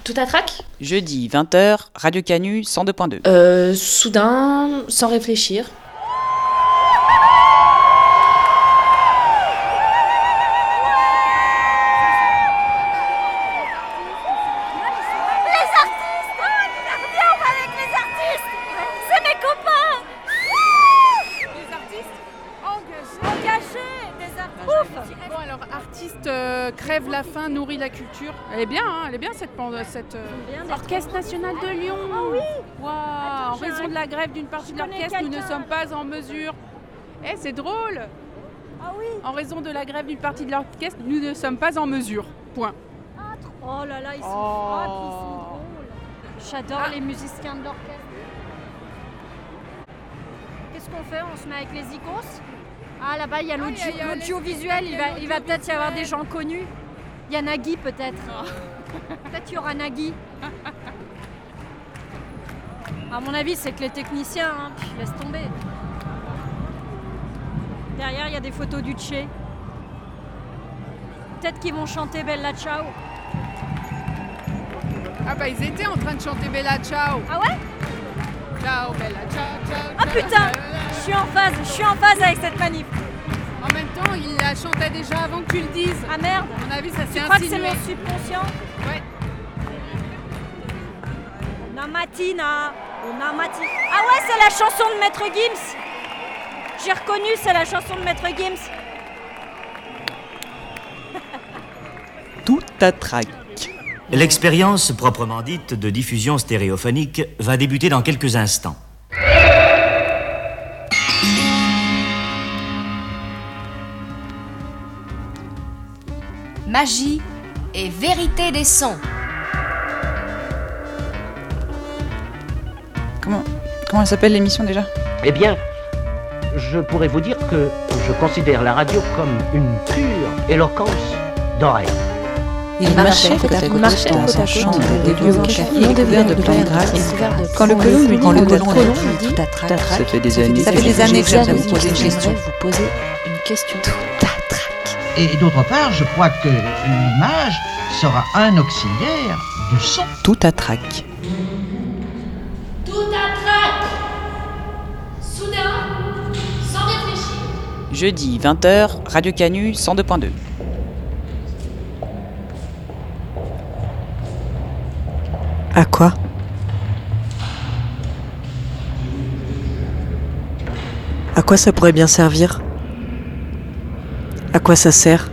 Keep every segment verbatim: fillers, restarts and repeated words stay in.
Tout à trac. Jeudi vingt heures, Radio Canu cent deux point deux. Euh, soudain, sans réfléchir. Euh, crève la faim, nourrit la culture. Elle est bien, hein, elle est bien cette, cette euh, Orchestre National de Lyon. Oh oui. Wow. En raison de la grève d'une partie de l'orchestre, nous ne sommes pas en mesure. Eh, c'est drôle. Ah oui. En raison de la grève d'une partie de l'orchestre, nous ne sommes pas en mesure. Point. Ah, oh là là, ils sont oh. froids, ils sont drôles. J'adore ah. les musiciens de l'orchestre. Qu'est-ce qu'on fait? On se met avec les icônes? Ah là-bas il y a l'audiovisuel, il va, il va peut-être y avoir des gens connus. Il y a Nagui peut-être. Peut-être qu'il y aura Nagui. À mon avis c'est que les techniciens, hein, laisse tomber. Derrière il y a des photos du Tché. Peut-être qu'ils vont chanter Bella Ciao. Ah bah ils étaient en train de chanter Bella Ciao. Ah ouais? Ciao Bella Ciao Ciao. Ah putain, je suis en phase, je suis en phase avec cette manif. En même temps, il la chantait déjà avant que tu le dises. Ah merde. À mon avis, ça s'est insinué. Tu crois que c'est mon subconscient? Ouais. Una mattina, una mattina. Ah ouais, c'est la chanson de Maître Gims. J'ai reconnu, c'est la chanson de Maître Gims. Tout à trac. L'expérience proprement dite de diffusion stéréophonique va débuter dans quelques instants. Magie et vérité des sons. Comment, comment elle s'appelle l'émission déjà? Eh bien, je pourrais vous dire que je considère la radio comme une pure éloquence d'oreille. Il marchait côte à côte dans un champ des lieux au café, il découvert de plein grâce. Quand le colon lui dit Quand le colon colon lui dit tout à trac, Ça fait des années. ça fait des années que j'aimerais vous poser une question. Vous poser une question. Tout à trac. Et d'autre part, je crois que l'image sera un auxiliaire du son. Tout à trac. Tout à trac. Soudain, sans réfléchir. Jeudi vingt heures, Radio Canu cent deux point deux. À quoi? À quoi ça pourrait bien servir? À quoi ça sert?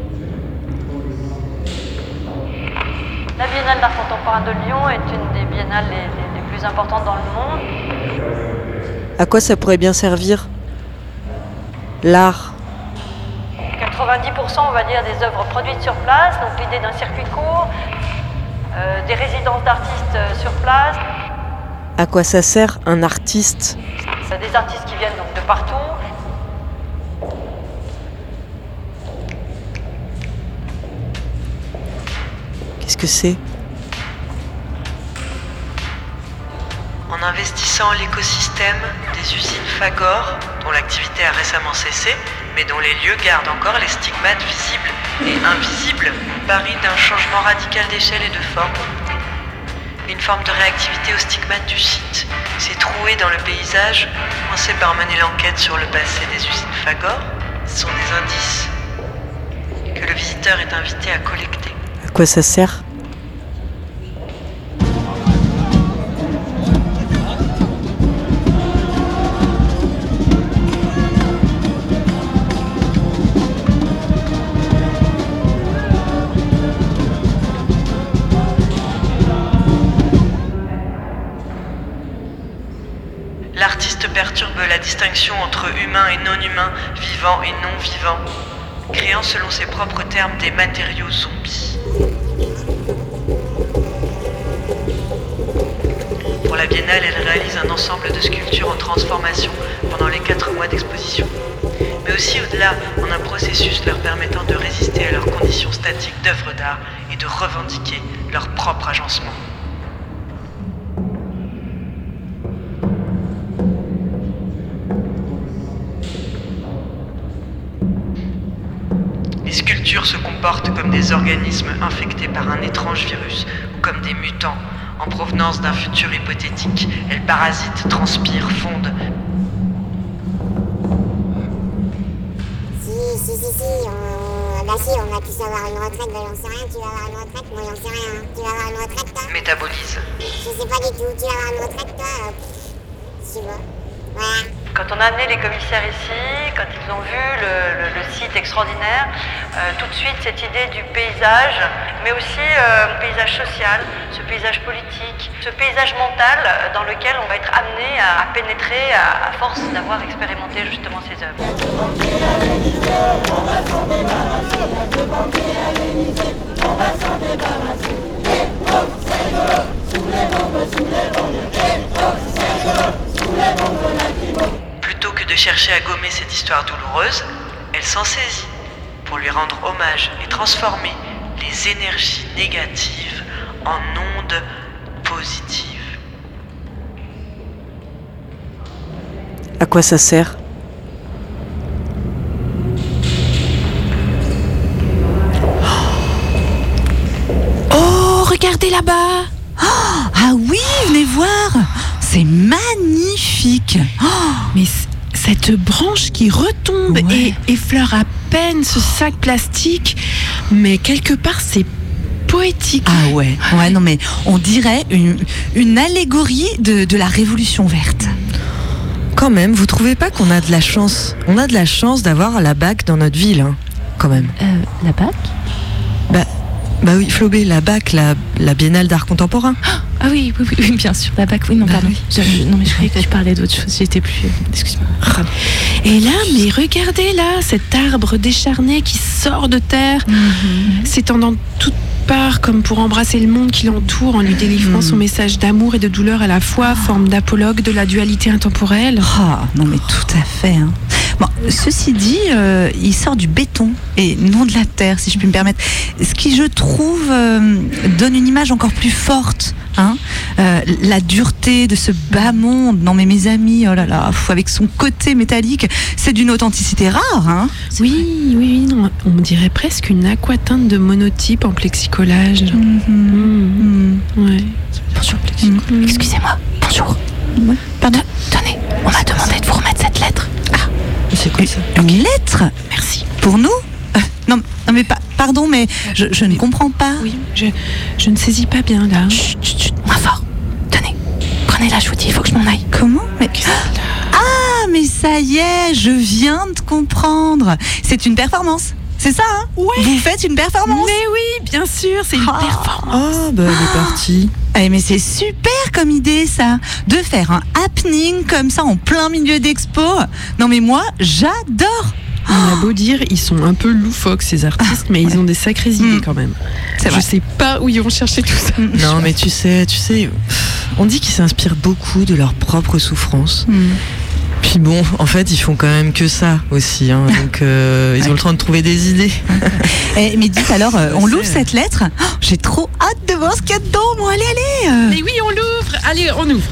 La Biennale d'art contemporain de Lyon est une des biennales les, les, les plus importantes dans le monde. À quoi ça pourrait bien servir? L'art. quatre-vingt-dix pour cent on va dire des œuvres produites sur place, donc l'idée d'un circuit court, euh, des résidences d'artistes euh, sur place. À quoi ça sert un artiste? C'est des artistes qui viennent donc de partout. Qu'est-ce que c'est? En investissant l'écosystème des usines Fagor, dont l'activité a récemment cessé, mais dont les lieux gardent encore les stigmates visibles et invisibles, Paris d'un changement radical d'échelle et de forme. Une forme de réactivité aux stigmates du site s'est trouée dans le paysage. On sait par mener l'enquête sur le passé des usines Fagor. Ce sont des indices que le visiteur est invité à collecter. À quoi ça sert? L'artiste perturbe la distinction entre humain et non-humain, vivant et non-vivant, créant selon ses propres termes des matériaux zombies. Pour la Biennale, elle réalise un ensemble de sculptures en transformation pendant les quatre mois d'exposition, mais aussi au-delà en un processus leur permettant de résister à leurs conditions statiques d'œuvres d'art et de revendiquer leur propre agencement. Les sculptures se comportent comme des organismes infectés par un étrange virus ou comme des mutants. En provenance d'un futur hypothétique, elles parasitent, transpirent, fondent. Si, si, si, si, on... bah si, on va tous avoir une retraite, bah j'en sais rien, tu vas avoir une retraite, moi j'en sais rien, hein. Tu vas avoir une retraite toi? Métabolise. Je sais pas du tout, tu vas avoir une retraite toi? euh, Tu vois, voilà. Quand on a amené les commissaires ici, quand ils ont vu le, le, le site extraordinaire, euh, tout de suite cette idée du paysage, mais aussi euh, le paysage social, ce paysage politique, ce paysage mental dans lequel on va être amené à, à pénétrer à, à force d'avoir expérimenté justement ces œuvres. Plutôt que de chercher à gommer cette histoire douloureuse, elle s'en saisit pour lui rendre hommage et transformer les énergies négatives en ondes positives. À quoi ça sert ? Oh, regardez là-bas! Oh, ah oui, venez voir! C'est magnifique! Oh, mais c- cette branche qui retombe Ouais. et effleure à peine ce sac plastique, mais quelque part c'est poétique. Ah ouais, ouais, non mais on dirait une, une allégorie de, de la Révolution verte. Quand même, vous trouvez pas qu'on a de la chance? On a de la chance d'avoir la B A C dans notre ville, hein, quand même. Euh, la B A C? Bah, bah oui, Flobé, la B A C, la, la Biennale d'art contemporain. Ah oui, oui, oui, oui, bien sûr, la B A C, oui, non, Bah pardon. oui. Je- je- non, mais je croyais que tu parlais d'autre chose, j'étais plus... Excuse-moi. Pardon. Et là, mais regardez là, cet arbre décharné qui sort de terre, s'étendant de toutes parts comme pour embrasser le monde qui l'entoure en lui délivrant son message d'amour et de douleur à la fois, forme d'apologue de la dualité intemporelle. Ah, non mais tout à fait. Hein. Bon, ceci dit, euh, il sort du béton et non de la terre, si je puis me permettre. Ce qui, je trouve, euh, donne une image encore plus forte. Hein, euh, la dureté de ce bas monde. Non mais mes amis, oh là là, pff, avec son côté métallique, c'est d'une authenticité rare. Hein. Oui, oui, oui, non, on dirait presque une aquatinte de monotype en plexicollage. Mm-hmm. Mmh. Ouais. Bonjour, mmh. Excusez-moi, bonjour. Ouais. Pardon. Tenez, on m'a demandé de vous remettre cette lettre. Ah, C'est quoi ça? Une lettre? Merci. Pour nous? Euh, non, non mais pa- pardon, mais je, je ne comprends pas. Oui, je, je ne saisis pas bien là. chut, chut, chut, moins fort. Tenez, prenez-la, je vous dis, il faut que je m'en aille. Comment? Mais... Ah, mais ça y est, je viens de comprendre. C'est une performance. C'est ça, hein? Ouais. Vous faites une performance? Mais oui, bien sûr, c'est une Ah. performance. Ah, bah elle est partie. Eh, mais c'est super comme idée, ça. De faire un happening comme ça en plein milieu d'expo. Non, mais moi, j'adore. On a beau dire, ils sont un peu loufoques ces artistes, mais ils ont des sacrées idées Mm. quand même. C'est Je vrai. sais pas où ils vont chercher tout ça. Non, mais tu sais, tu sais, on dit qu'ils s'inspirent beaucoup de leur propre souffrance. Mm. Puis bon, en fait, ils font quand même que ça aussi, hein, donc euh, ils ont le temps de trouver des idées. Eh, mais dites alors, euh, on Je l'ouvre sais. cette lettre? Oh, j'ai trop hâte de voir ce qu'il y a dedans. Bon, allez, allez. euh. Mais oui, on l'ouvre. Allez, on ouvre.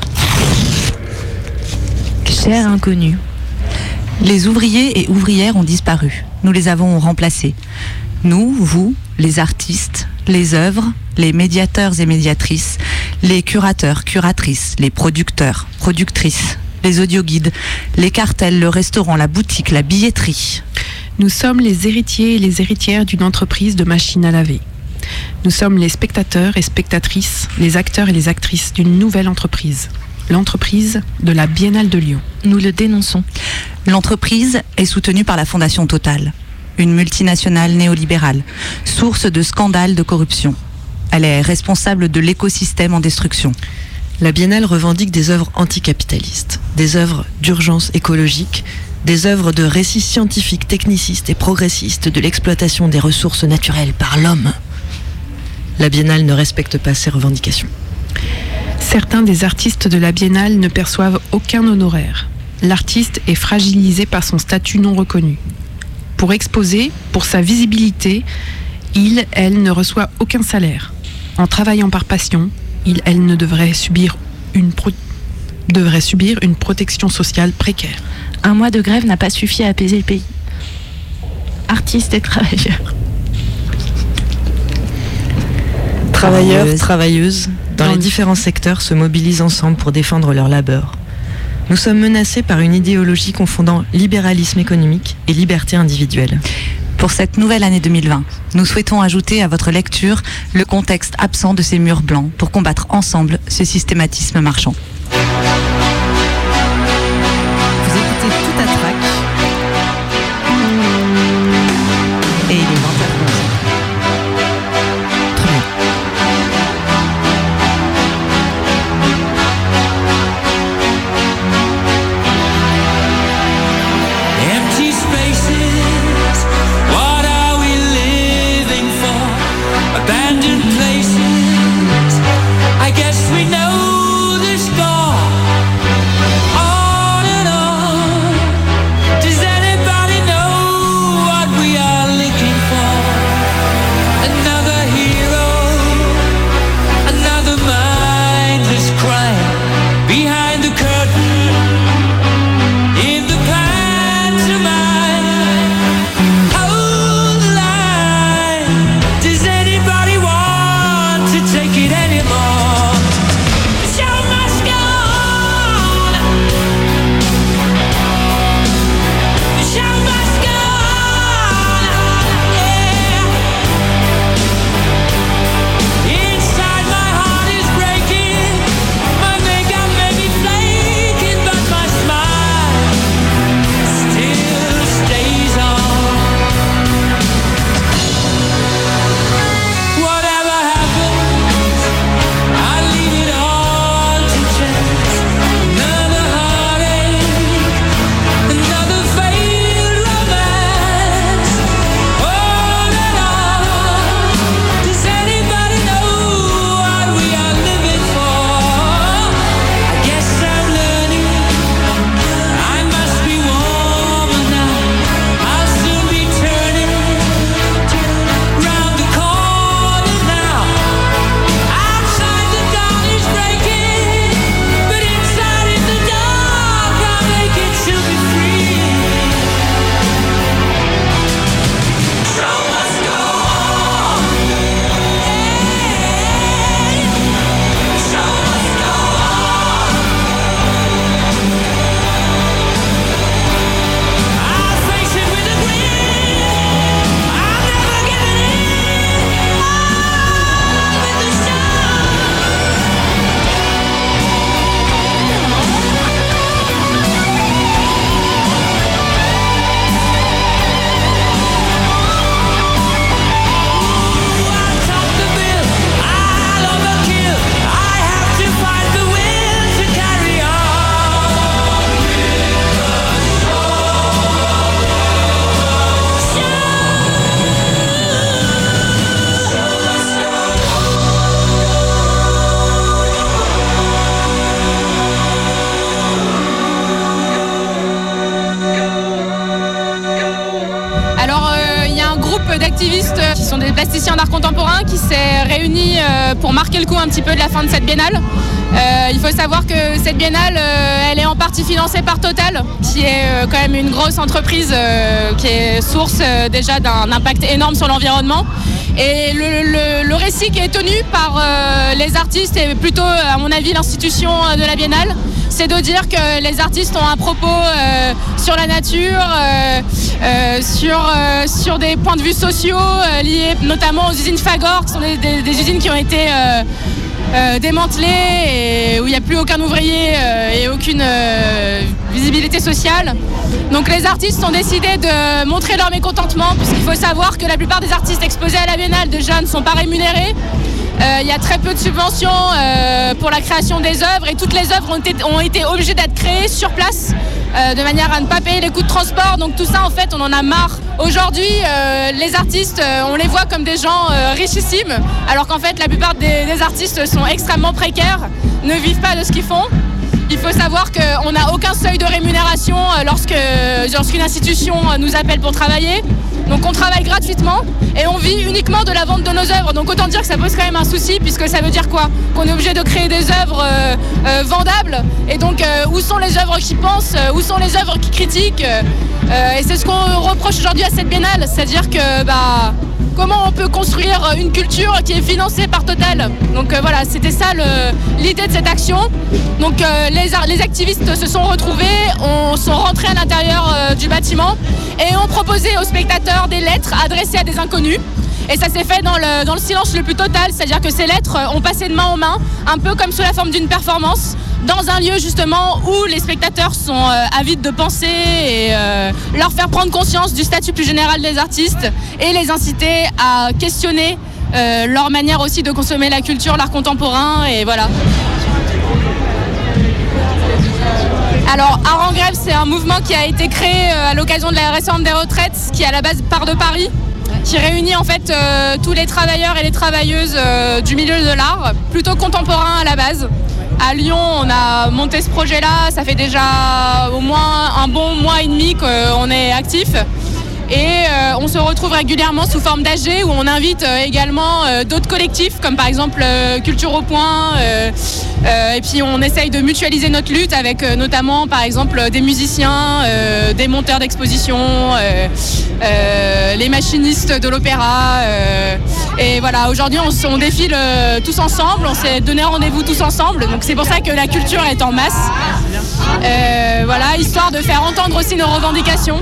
Cher inconnu. Les ouvriers et ouvrières ont disparu. Nous les avons remplacés. Nous, vous, les artistes, les œuvres, les médiateurs et médiatrices, les curateurs, curatrices, les producteurs, productrices, les audioguides, les cartels, le restaurant, la boutique, la billetterie. Nous sommes les héritiers et les héritières d'une entreprise de machines à laver. Nous sommes les spectateurs et spectatrices, les acteurs et les actrices d'une nouvelle entreprise. L'entreprise de la Biennale de Lyon. Nous le dénonçons. L'entreprise est soutenue par la Fondation Total, une multinationale néolibérale, source de scandales de corruption. Elle est responsable de l'écosystème en destruction. La Biennale revendique des œuvres anticapitalistes, des œuvres d'urgence écologique, des œuvres de récits scientifiques, technicistes et progressistes de l'exploitation des ressources naturelles par l'homme. La Biennale ne respecte pas ces revendications. Certains des artistes de la Biennale ne perçoivent aucun honoraire. L'artiste est fragilisé par son statut non reconnu. Pour exposer, pour sa visibilité, il, elle, ne reçoit aucun salaire. En travaillant par passion, il, elle, ne devrait subir une, pro- devrait subir une protection sociale précaire. Un mois de grève n'a pas suffi à apaiser le pays. Artistes et travailleurs. Travailleurs, travailleuses, dans les différents secteurs, se mobilisent ensemble pour défendre leur labeur. Nous sommes menacés par une idéologie confondant libéralisme économique et liberté individuelle. Pour cette nouvelle année deux mille vingt, nous souhaitons ajouter à votre lecture le contexte absent de ces murs blancs pour combattre ensemble ce systématisme marchand. Vous écoutez Tout à Trac. Et il est vingt heures onze. Très bien. Empty spaces, what are we living for? Abandoned places, I guess we know the score. On and on, does anybody know what we are looking for? Another hero, another mindless crime behind the curtain, in the pantomime. Hold the line, does anybody want to take it anymore? The show must go on. The show must go on, yeah. Inside my heart is breaking, my makeup may be flaking, but my smile still stays on. Whatever happens, I leave it all to chance. Another heartache, another failed romance. On and on, does anybody know what we are living for? I guess I'm learning, I must be warmer now. I'll soon be turning round the corner now. Outside the dawn is breaking, but inside in the dark I'll make it to be free. Show must go on. Show must go on. I'll face it with a grin. I'm never giving in. On with the show. I'll top the bill, I'll overkill. I have to find the will to carry on with the Alors, euh, il y a un groupe d'activistes qui sont des plasticiens d'art contemporain qui s'est réuni euh, pour marquer le coup un petit peu de la fin de cette biennale. Euh, il faut savoir que cette biennale, euh, elle est en partie financée par Total, qui est euh, quand même une grosse entreprise euh, qui est source euh, déjà d'un impact énorme sur l'environnement. Et le, le- le récit qui est tenu par euh, les artistes et plutôt, à mon avis, l'institution euh, de la biennale, c'est de dire que les artistes ont un propos euh, sur la nature, euh, euh, sur, euh, sur des points de vue sociaux euh, liés notamment aux usines Fagor, qui sont des, des- des usines qui ont été euh, euh, démantelées et où il n'y a plus aucun ouvrier euh, et aucune euh, visibilité sociale. Donc les artistes ont décidé de montrer leur mécontentement, puisqu'il faut savoir que la plupart des artistes exposés à la biennale déjà ne sont pas rémunérés. Euh, Il y a très peu de subventions euh, pour la création des œuvres et toutes les œuvres ont été, ont été obligées d'être créées sur place euh, de manière à ne pas payer les coûts de transport. Donc tout ça, en fait, on en a marre. Aujourd'hui, euh, les artistes, euh, on les voit comme des gens euh, richissimes, alors qu'en fait, la plupart des, des artistes sont extrêmement précaires, ne vivent pas de ce qu'ils font. Il faut savoir qu'on n'a aucun seuil de rémunération euh, lorsque, lorsqu'une institution euh, nous appelle pour travailler. Donc on travaille gratuitement et on vit uniquement de la vente de nos œuvres. Donc autant dire que ça pose quand même un souci, puisque ça veut dire quoi? Qu'on est obligé de créer des œuvres euh, euh, vendables. Et donc euh, où sont les œuvres qui pensent? euh, Où sont les œuvres qui critiquent? euh, Et c'est ce qu'on reproche aujourd'hui à cette biennale. C'est-à-dire que bah, comment on peut construire une culture qui est financée par Total. Donc euh, voilà, c'était ça le, l'idée de cette action. Donc euh, les, les activistes se sont retrouvés, on sont rentrés à l'intérieur euh, du bâtiment et ont proposé aux spectateurs des lettres adressées à des inconnus. Et ça s'est fait dans le, dans le silence le plus total, c'est-à-dire que ces lettres ont passé de main en main, un peu comme sous la forme d'une performance, dans un lieu justement où les spectateurs sont euh, avides de penser et euh, leur faire prendre conscience du statut plus général des artistes et les inciter à questionner euh, leur manière aussi de consommer la culture, l'art contemporain, et voilà. Alors, Art en grève, c'est un mouvement qui a été créé euh, à l'occasion de la réforme des retraites, qui à la base part de Paris, qui réunit en fait euh, tous les travailleurs et les travailleuses euh, du milieu de l'art, plutôt contemporain à la base. À Lyon, on a monté ce projet-là, ça fait déjà au moins un bon mois et demi qu'on est actif. Et euh, on se retrouve régulièrement sous forme d'A G où on invite euh, également euh, d'autres collectifs comme par exemple euh, Culture au Point euh, euh, et puis on essaye de mutualiser notre lutte avec euh, notamment par exemple des musiciens, euh, des monteurs d'exposition, euh, euh, les machinistes de l'opéra euh, et voilà, aujourd'hui on, on défile euh, tous ensemble, on s'est donné rendez-vous tous ensemble, donc c'est pour ça que la culture est en masse, euh, voilà, histoire de faire entendre aussi nos revendications.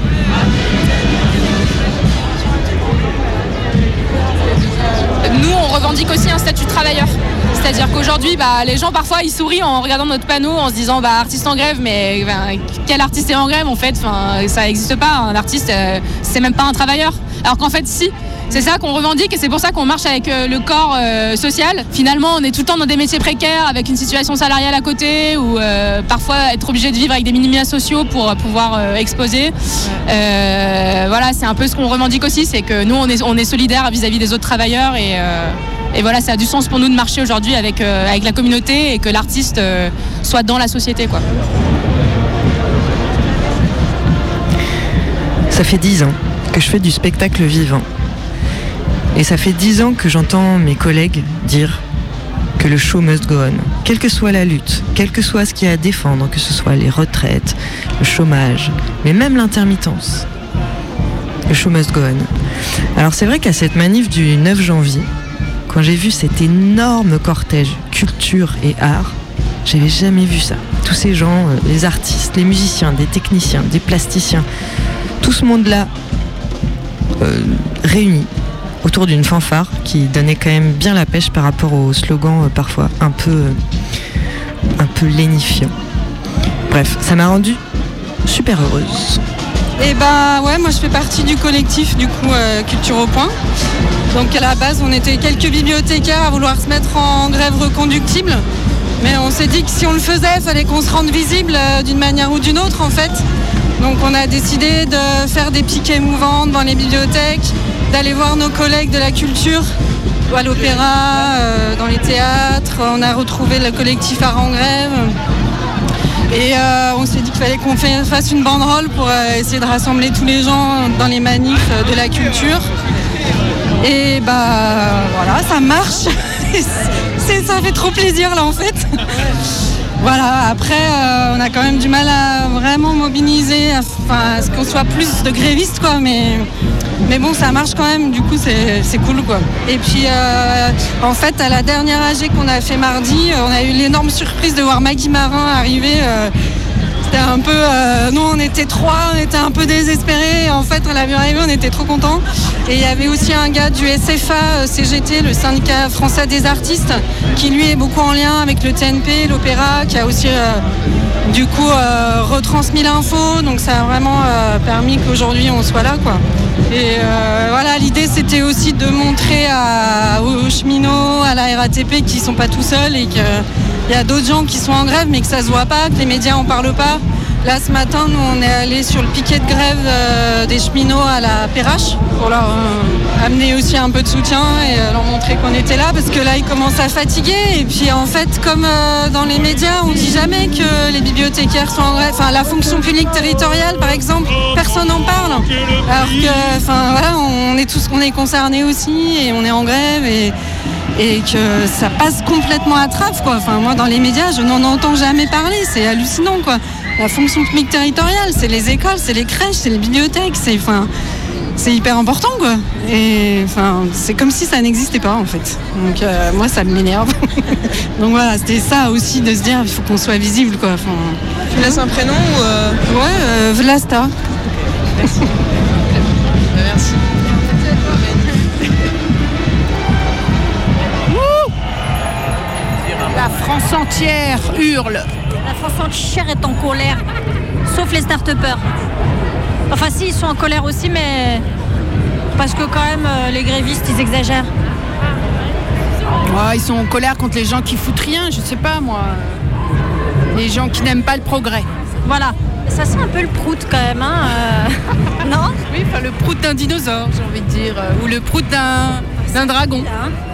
Nous, on revendique aussi un statut de travailleur. C'est-à-dire qu'aujourd'hui, bah, les gens, parfois, ils sourient en regardant notre panneau, en se disant bah, « artiste en grève », mais ben, quel artiste est en grève, en fait enfin, ça n'existe pas. Un artiste, euh, c'est même pas un travailleur. Alors qu'en fait, si. C'est ça qu'on revendique et c'est pour ça qu'on marche avec euh, le corps euh, social. Finalement, on est tout le temps dans des métiers précaires, avec une situation salariale à côté, ou euh, parfois être obligé de vivre avec des minima sociaux pour euh, pouvoir euh, exposer. Euh, voilà, c'est un peu ce qu'on revendique aussi, c'est que nous, on est, on est solidaires vis-à-vis des autres travailleurs et, euh, et voilà, ça a du sens pour nous de marcher aujourd'hui avec, euh, avec la communauté et que l'artiste euh, soit dans la société, quoi. Ça fait dix ans que je fais du spectacle vivant. Et ça fait dix ans que j'entends mes collègues dire que le show must go on. Quelle que soit la lutte, quel que soit ce qu'il y a à défendre, que ce soit les retraites, le chômage, mais même l'intermittence. Le show must go on. Alors c'est vrai qu'à cette manif du neuf janvier, quand j'ai vu cet énorme cortège culture et art, j'avais jamais vu ça. Tous ces gens, les artistes, les musiciens, des techniciens, des plasticiens, tout ce monde-là euh, réuni autour d'une fanfare qui donnait quand même bien la pêche par rapport aux slogans euh, parfois un peu, euh, un peu lénifiants. Bref, ça m'a rendue super heureuse. Et bah ouais, moi je fais partie du collectif du coup euh, Culture au Point. Donc à la base on était quelques bibliothécaires à vouloir se mettre en grève reconductible. Mais on s'est dit que si on le faisait, il fallait qu'on se rende visible euh, d'une manière ou d'une autre en fait. Donc on a décidé de faire des piquets mouvants dans les bibliothèques, d'aller voir nos collègues de la culture, à l'opéra, euh, dans les théâtres. On a retrouvé le collectif Art en grève. Et euh, on s'est dit qu'il fallait qu'on fasse une banderole pour euh, essayer de rassembler tous les gens dans les manifs de la culture. Et bah voilà, ça marche. C'est, ça fait trop plaisir là en fait. Voilà, après euh, on a quand même du mal à vraiment mobiliser, enfin, à ce qu'on soit plus de grévistes quoi, mais, mais bon ça marche quand même, du coup c'est, c'est cool quoi. Et puis euh, en fait à la dernière A G qu'on a fait mardi, on a eu l'énorme surprise de voir Maggie Marin arriver. Euh, C'était un peu, euh, nous on était trois, on était un peu désespérés. En fait, on l'a vu arriver, on était trop contents. Et il y avait aussi un gars du S F A C G T, le syndicat français des artistes, qui lui est beaucoup en lien avec le T N P, l'opéra, qui a aussi euh, du coup euh, retransmis l'info. Donc ça a vraiment euh, permis qu'aujourd'hui on soit là, quoi. Et euh, voilà, l'idée c'était aussi de montrer à, aux cheminots, à la R A T P qu'ils sont pas tout seuls et que il y a d'autres gens qui sont en grève mais que ça se voit pas, que les médias en parlent pas. Là ce matin, nous on est allé sur le piquet de grève euh, des cheminots à la Perrache pour leur euh, amener aussi un peu de soutien et euh, leur montrer qu'on était là parce que là ils commencent à fatiguer. Et puis en fait, comme euh, dans les médias, on dit jamais que les bibliothécaires sont en grève. Enfin, la fonction publique territoriale par exemple, personne n'en parle. Alors que, enfin voilà, on est tous, on est concernés aussi et on est en grève et et que ça passe complètement à trappe, quoi. Enfin, moi, dans les médias, je n'en entends jamais parler. C'est hallucinant, quoi. La fonction publique territoriale, c'est les écoles, c'est les crèches, c'est les bibliothèques, c'est, enfin, c'est hyper important, quoi. Et enfin, c'est comme si ça n'existait pas, en fait. Donc euh, moi, ça m'énerve. Donc voilà, c'était ça aussi de se dire, il faut qu'on soit visible, quoi. Enfin, tu laisses un prénom ou euh... Ouais, euh, Vlasta. Merci. Merci. La France entière hurle. La France entière est en colère, sauf les start-upers. Enfin si, ils sont en colère aussi, mais parce que quand même, euh, les grévistes, ils exagèrent. Ouais, ils sont en colère contre les gens qui foutent rien, je sais pas moi. Les gens qui n'aiment pas le progrès. Voilà, ça sent un peu le prout quand même, hein. Euh... non ? Oui, enfin le prout d'un dinosaure, j'ai envie de dire, ou le prout d'un, d'un dragon.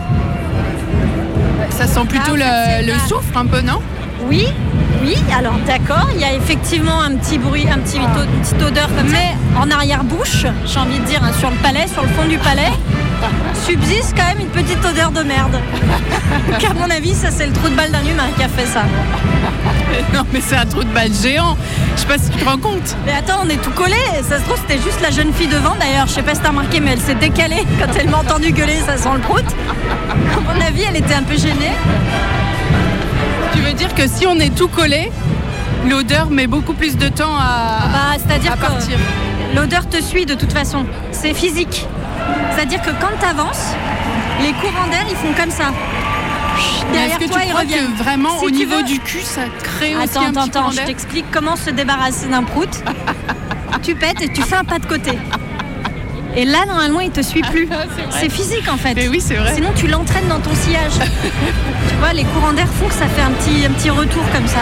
Ça sent plutôt ah, le, le soufre un peu, non ? Oui, oui, alors d'accord, il y a effectivement un petit bruit, un petit, ah. une petite odeur comme ça. Mais en arrière-bouche, j'ai envie de dire, hein, sur le palais, sur le fond du palais, subsiste quand même une petite odeur de merde. Car à mon avis, ça c'est le trou de balle d'un humain qui a fait ça. Non mais c'est un trou de balle géant, je sais pas si tu te rends compte. Mais attends, on est tout collé, ça se trouve c'était juste la jeune fille devant d'ailleurs, je sais pas si t'as remarqué mais elle s'est décalée quand elle m'a entendu gueuler, ça sent le prout. À mon avis, elle était un peu gênée. Tu veux dire que si on est tout collé, l'odeur met beaucoup plus de temps à, bah, c'est-à-dire à partir. Que l'odeur te suit de toute façon, c'est physique. C'est-à-dire que quand t'avances, les courants d'air ils font comme ça. Derrière Est-ce que toi, tu crois que vraiment si au niveau veux... du cul ça crée aussi attends, un attends, petit courant attends, d'air ? Je t'explique comment se débarrasser d'un prout. Tu pètes et tu fais un pas de côté. Et là, normalement, il te suit plus. C'est, c'est physique, en fait. Mais oui, c'est vrai. Sinon, tu l'entraînes dans ton sillage. Tu vois, les courants d'air font que ça fait un petit, un petit retour comme ça.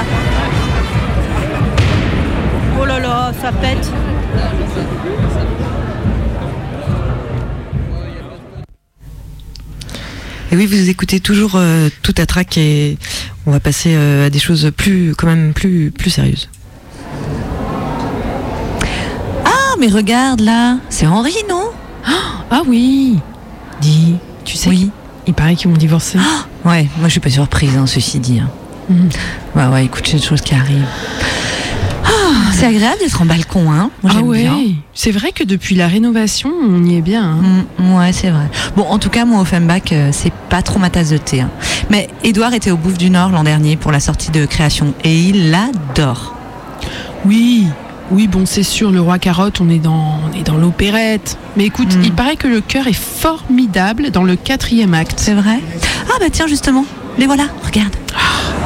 Oh là là, ça pète. Et oui, vous écoutez toujours euh, Tout à trac et on va passer euh, à des choses plus, quand même plus, plus sérieuses. Ah, mais regarde là, c'est Henri, non ? Ah oui. Dis, tu sais, oui. Il paraît qu'ils vont divorcer. Ah, ouais, moi je suis pas surprise, hein, ceci dit. Hein. Mmh. Ouais, ouais, écoute, c'est des choses qui arrivent. Ah, c'est agréable d'être en balcon, hein. Moi, ah j'aime ouais, bien. C'est vrai que depuis la rénovation, on y est bien. Hein. Mmh, ouais, c'est vrai. Bon, en tout cas, moi, Offenbach, euh, c'est pas trop ma tasse de thé. Hein. Mais Édouard était au Bouffe du Nord l'an dernier pour la sortie de Création et il l'adore. Oui, oui, bon, c'est sûr, le Roi Carotte, on est dans, on est dans l'opérette. Mais écoute, mmh. il paraît que le chœur est formidable dans le quatrième acte. C'est vrai ? Ah bah tiens, justement, les voilà, regarde. Ah.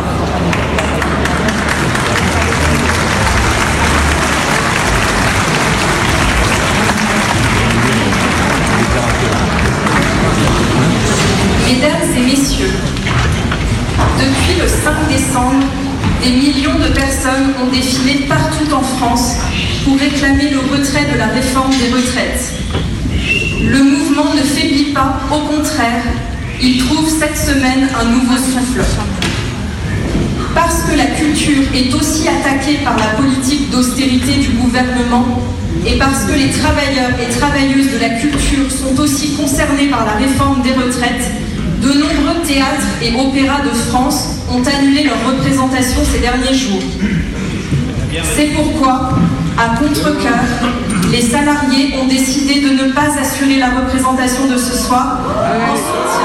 Mesdames et messieurs, depuis le cinq décembre, des millions de personnes ont défilé partout en France pour réclamer le retrait de la réforme des retraites. Le mouvement ne faiblit pas, au contraire, il trouve cette semaine un nouveau souffle. Parce que la culture est aussi attaquée par la politique d'austérité du gouvernement et parce que les travailleurs et travailleuses de la culture sont aussi concernés par la réforme des retraites, de nombreux théâtres et opéras de France ont annulé leur représentation ces derniers jours. C'est pourquoi, à contre-cœur, les salariés ont décidé de ne pas assurer la représentation de ce soir en soutien.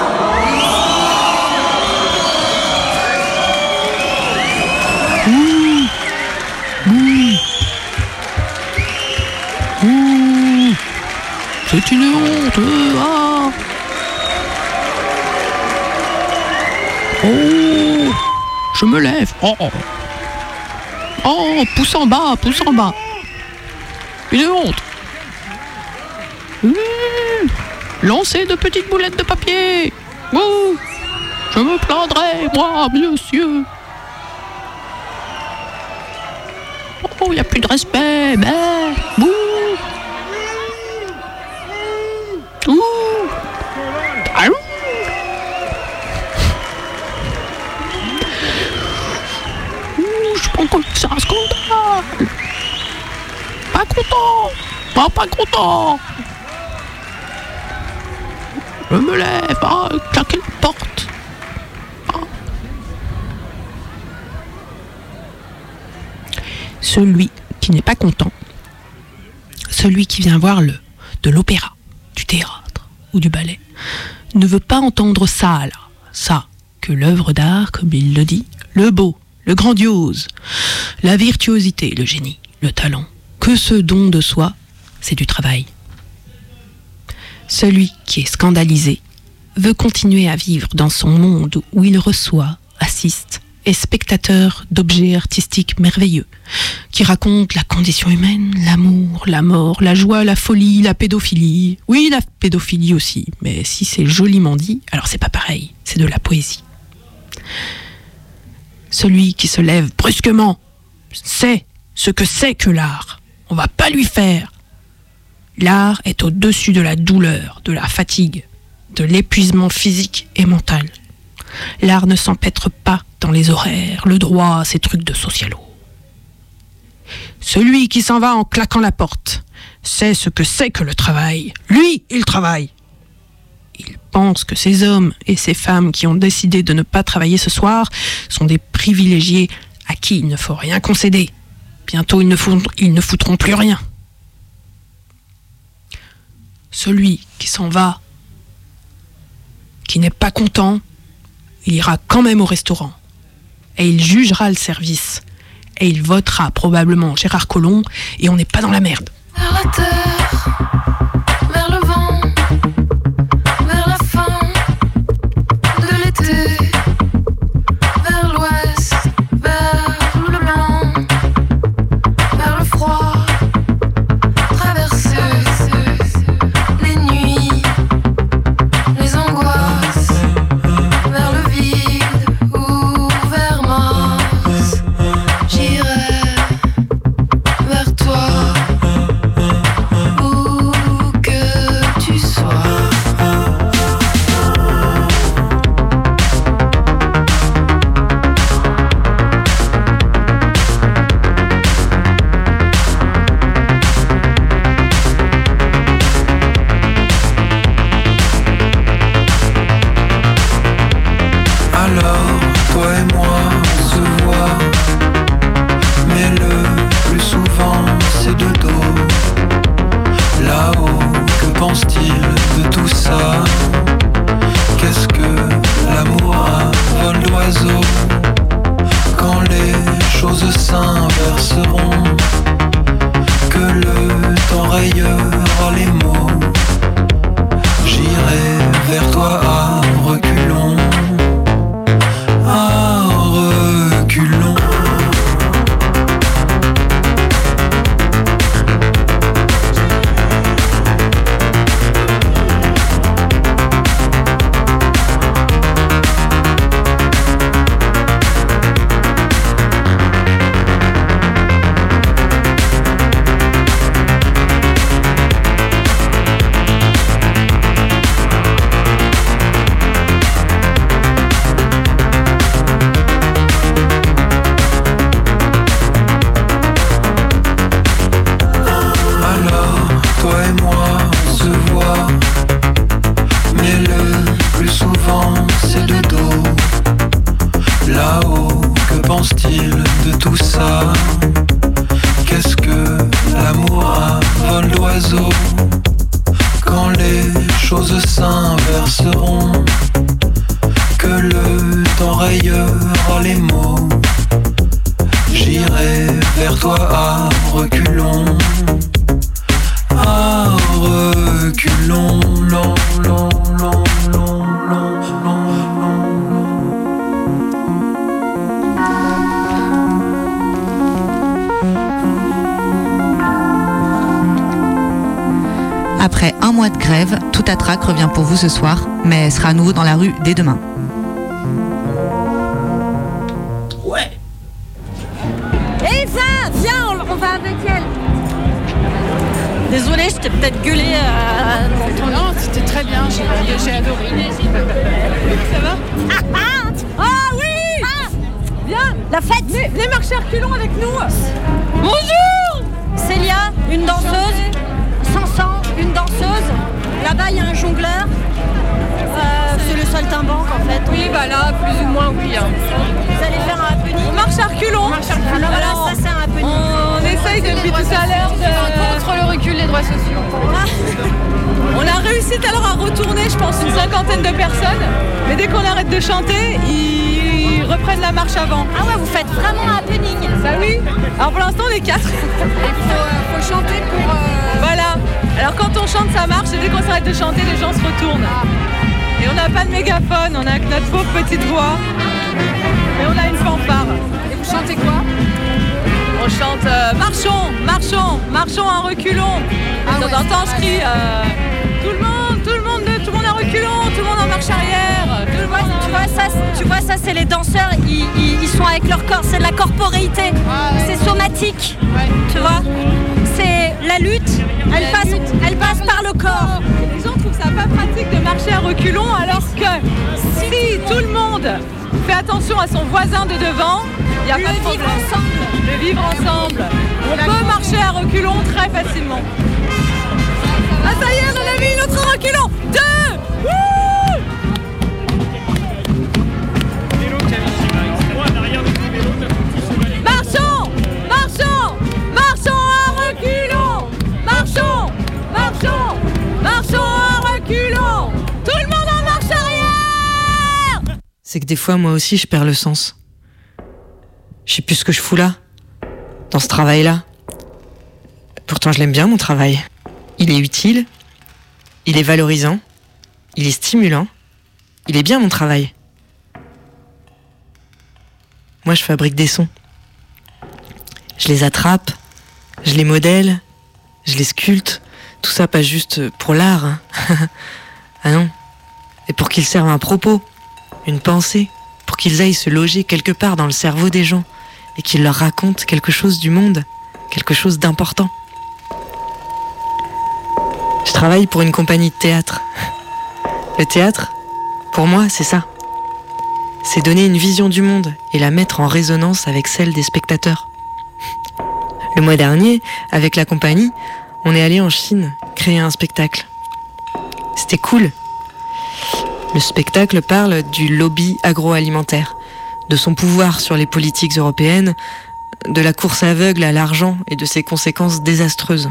Mmh. Mmh. Mmh. C'est une honte. Ah. Oh, je me lève. Oh, oh, pousse en bas, pousse en bas. Une honte. Mmh. Lancer de petites boulettes de papier. Oh, je me plaindrai, moi, monsieur. Oh, il n'y a plus de respect. Mais, bouh. Ouh. Ah. Je prends comme ça un scandale. Pas content. Pas, pas content. Je me lève, ah, claquer la porte. Ah. Celui qui n'est pas content, celui qui vient voir le de l'opéra, du théâtre ou du ballet, ne veut pas entendre ça, là, ça, que l'œuvre d'art, comme il le dit, le beau, le grandiose, la virtuosité, le génie, le talent, que ce don de soi, c'est du travail. Celui qui est scandalisé veut continuer à vivre dans son monde où il reçoit, assiste, est spectateur d'objets artistiques merveilleux, qui racontent la condition humaine, l'amour, la mort, la joie, la folie, la pédophilie. Oui, la pédophilie aussi, mais si c'est joliment dit, alors c'est pas pareil, c'est de la poésie. Celui qui se lève brusquement sait ce que c'est que l'art. On va pas lui faire. L'art est au-dessus de la douleur, de la fatigue, de l'épuisement physique et mental. L'art ne s'empêtre pas dans les horaires, le droit, ces trucs de socialo. Celui qui s'en va en claquant la porte sait ce que c'est que le travail. Lui, il travaille. Il pense que ces hommes et ces femmes qui ont décidé de ne pas travailler ce soir sont des privilégiés à qui il ne faut rien concéder. Bientôt, ils ne foutront, ils ne foutront plus rien. Celui qui s'en va, qui n'est pas content, il ira quand même au restaurant. Et il jugera le service. Et il votera probablement Gérard Collomb. Et on n'est pas dans la merde. Vers la terre, vers le vent, vers la fin de l'été, vers l'ouest, vers le blanc, vers le froid, traverser les nuits, les angoisses, vers le vide ou vers Mars, j'irai vers toi. Après un mois de grève, Tout à Trac revient pour vous ce soir, mais sera à nouveau dans la rue dès demain. Ouais. Elsa, viens, on, on va avec elle. Désolée, je t'ai peut-être gueulé euh, dans ton... Non, c'était très bien, j'ai, j'ai adoré. Ça va? Ah, ah, ah oui ah, viens, la fête. Venez, venez marcher à reculons avec nous. Bonjour. Célia, une danseuse. Sansan, une danseuse. Là-bas, il y a un jongleur. Euh, c'est le saltimbanque, en fait. Oui, bah là, plus ou moins, oui. Hein. Vous allez faire un happening. On marche à reculons. On marche à reculons. Alors, voilà, ça, c'est un happening. On essaye essaye depuis tout à l'heure de... Contre le recul des droits sociaux. On a réussi tout à l'heure à retourner, je pense, une cinquantaine de personnes. Mais dès qu'on arrête de chanter, ils reprennent la marche avant. Ah ouais, vous faites vraiment un happening. Ça oui. Alors pour l'instant, on est quatre. Il faut, faut chanter pour... Euh... Voilà. Alors quand on chante, ça marche. Et dès qu'on s'arrête de chanter, les gens se retournent. Et on n'a pas de mégaphone, on a que notre pauvre petite voix. Mais on a une fanfare. Et vous chantez quoi? On chante euh, marchons, marchons, marchons en reculons. Ah de temps ouais, en temps, je ouais. crie euh, tout le monde, tout le monde, tout le monde en reculons, tout le monde en marche arrière. Tout le monde en... Tu vois, ça, tu vois, ça c'est les danseurs, ils, ils, ils sont avec leur corps, c'est de la corporéité, Ah ouais. c'est somatique. Ouais. Tu vois, c'est la lutte, elle, La passe, lutte. elle passe par le corps. Les gens trouvent ça pas pratique de marcher à reculons, alors que si tout le monde fait attention à son voisin de devant, il n'y a Le pas de vivre problème. ensemble. Le vivre ensemble. On peut marcher à reculons très facilement. Ah ça y est, on en a mis une autre reculons. Deux. Wouh. Marchons, marchons, marchons à reculons. Marchons, marchons, marchons à reculons. Tout le monde en marche arrière. C'est que des fois, moi aussi, je perds le sens. Je sais plus ce que je fous là, dans ce travail-là. Pourtant, je l'aime bien, mon travail. Il est utile, il est valorisant, il est stimulant, il est bien, mon travail. Moi, je fabrique des sons. Je les attrape, je les modèle, je les sculpte. Tout ça, pas juste pour l'art. Hein. Ah non. Et pour qu'ils servent un propos, une pensée, pour qu'ils aillent se loger quelque part dans le cerveau des gens et qu'ils leur racontent quelque chose du monde, quelque chose d'important. Je travaille pour une compagnie de théâtre. Le théâtre, pour moi, c'est ça. C'est donner une vision du monde et la mettre en résonance avec celle des spectateurs. Le mois dernier, avec la compagnie, on est allé en Chine créer un spectacle. C'était cool. Le spectacle parle du lobby agroalimentaire, de son pouvoir sur les politiques européennes, de la course aveugle à l'argent et de ses conséquences désastreuses.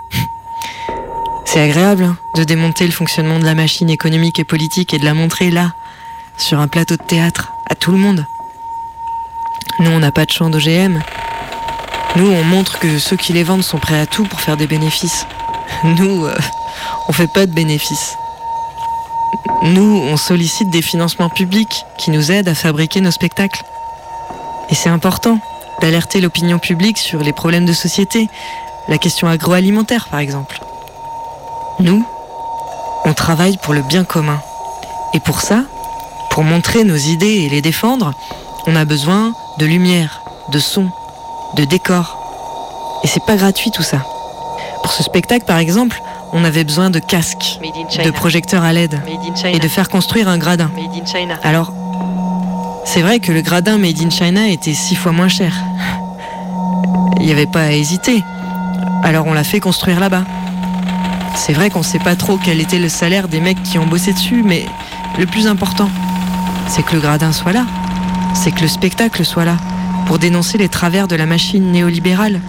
C'est agréable hein, de démonter le fonctionnement de la machine économique et politique et de la montrer là, sur un plateau de théâtre, à tout le monde. Nous, on n'a pas de champ d'O G M. Nous, on montre que ceux qui les vendent sont prêts à tout pour faire des bénéfices. Nous, euh, on fait pas de bénéfices. Nous, on sollicite des financements publics qui nous aident à fabriquer nos spectacles. Et c'est important d'alerter l'opinion publique sur les problèmes de société, la question agroalimentaire par exemple. Nous, on travaille pour le bien commun. Et pour ça, pour montrer nos idées et les défendre, on a besoin de lumière, de son, de décor. Et c'est pas gratuit tout ça. Pour ce spectacle par exemple, on avait besoin de casques, de projecteurs à L E D et de faire construire un gradin. Alors, c'est vrai que le gradin Made in China était six fois moins cher. Il n'y avait pas à hésiter. Alors on l'a fait construire là-bas. C'est vrai qu'on sait pas trop quel était le salaire des mecs qui ont bossé dessus, mais le plus important, c'est que le gradin soit là. C'est que le spectacle soit là, pour dénoncer les travers de la machine néolibérale.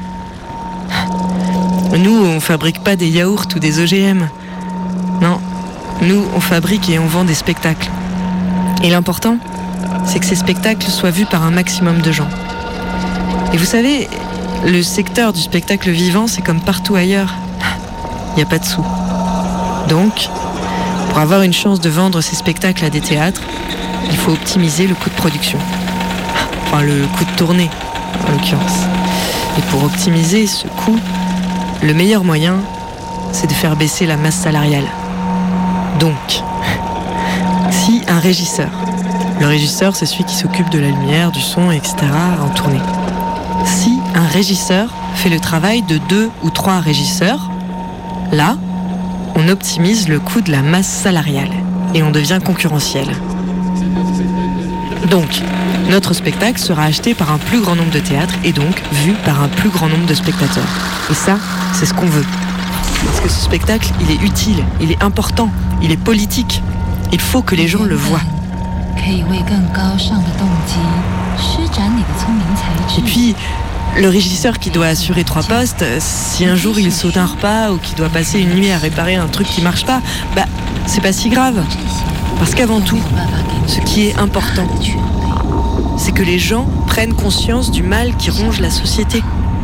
Nous, on fabrique pas des yaourts ou des O G M. Non, nous, on fabrique et on vend des spectacles. Et l'important, c'est que ces spectacles soient vus par un maximum de gens. Et vous savez, le secteur du spectacle vivant, c'est comme partout ailleurs. Il n'y a pas de sous. Donc, pour avoir une chance de vendre ces spectacles à des théâtres, il faut optimiser le coût de production. Enfin, le coût de tournée, en l'occurrence. Et pour optimiser ce coût, le meilleur moyen, c'est de faire baisser la masse salariale. Donc, si un régisseur, le régisseur c'est celui qui s'occupe de la lumière, du son, et cetera en tournée. Si un régisseur fait le travail de deux ou trois régisseurs, là, on optimise le coût de la masse salariale et on devient concurrentiel. Donc, notre spectacle sera acheté par un plus grand nombre de théâtres et donc vu par un plus grand nombre de spectateurs. Et ça, c'est ce qu'on veut. Parce que ce spectacle, il est utile, il est important, il est politique. Il faut que les gens le voient. Et puis, Le régisseur qui doit assurer trois postes, si un jour il saute un repas ou qu'il doit passer une nuit à réparer un truc qui marche pas, bah c'est pas si grave. Parce qu'avant tout, ce qui est important, c'est que les gens prennent conscience du mal qui ronge la société.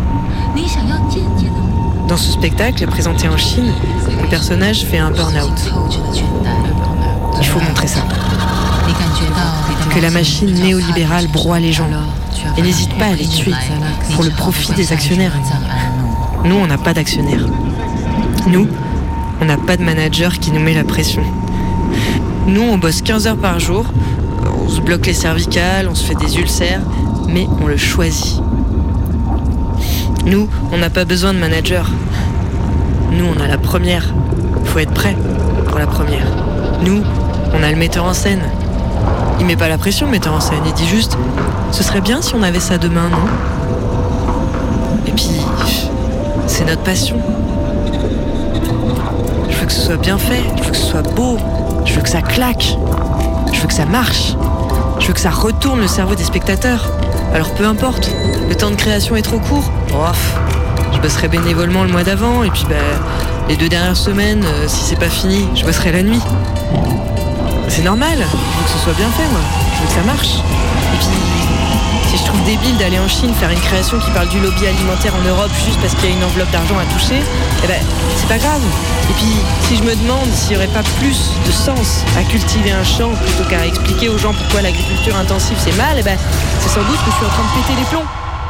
Dans ce spectacle présenté en Chine, le personnage fait un burn-out. Il faut montrer ça. Que la machine néolibérale broie les gens et n'hésite pas à les tuer pour le profit des actionnaires. Nous, on n'a pas d'actionnaires. Nous, on n'a pas de manager qui nous met la pression. Nous, on bosse quinze heures par jour, on se bloque les cervicales, on se fait des ulcères, mais on le choisit. Nous, on n'a pas besoin de manager. Nous, on a la première. Faut être prêt pour la première. Nous, on a le metteur en scène. Il met pas la pression, le metteur en scène. Il dit juste, ce serait bien si on avait ça demain, non ? Et puis, c'est notre passion. Je veux que ce soit bien fait, je veux que ce soit beau, je veux que ça claque, je veux que ça marche, je veux que ça retourne le cerveau des spectateurs. Alors peu importe, le temps de création est trop court. Ouf, je bosserai bénévolement le mois d'avant, et puis bah, les deux dernières semaines, euh, si c'est pas fini, je bosserai la nuit. C'est normal, je veux que ce soit bien fait, moi. Je veux que ça marche. Et puis, si je trouve débile d'aller en Chine faire une création qui parle du lobby alimentaire en Europe juste parce qu'il y a une enveloppe d'argent à toucher, eh ben, c'est pas grave. Et puis, si je me demande s'il n'y aurait pas plus de sens à cultiver un champ plutôt qu'à expliquer aux gens pourquoi l'agriculture intensive c'est mal, eh ben, c'est sans doute que je suis en train de péter les plombs.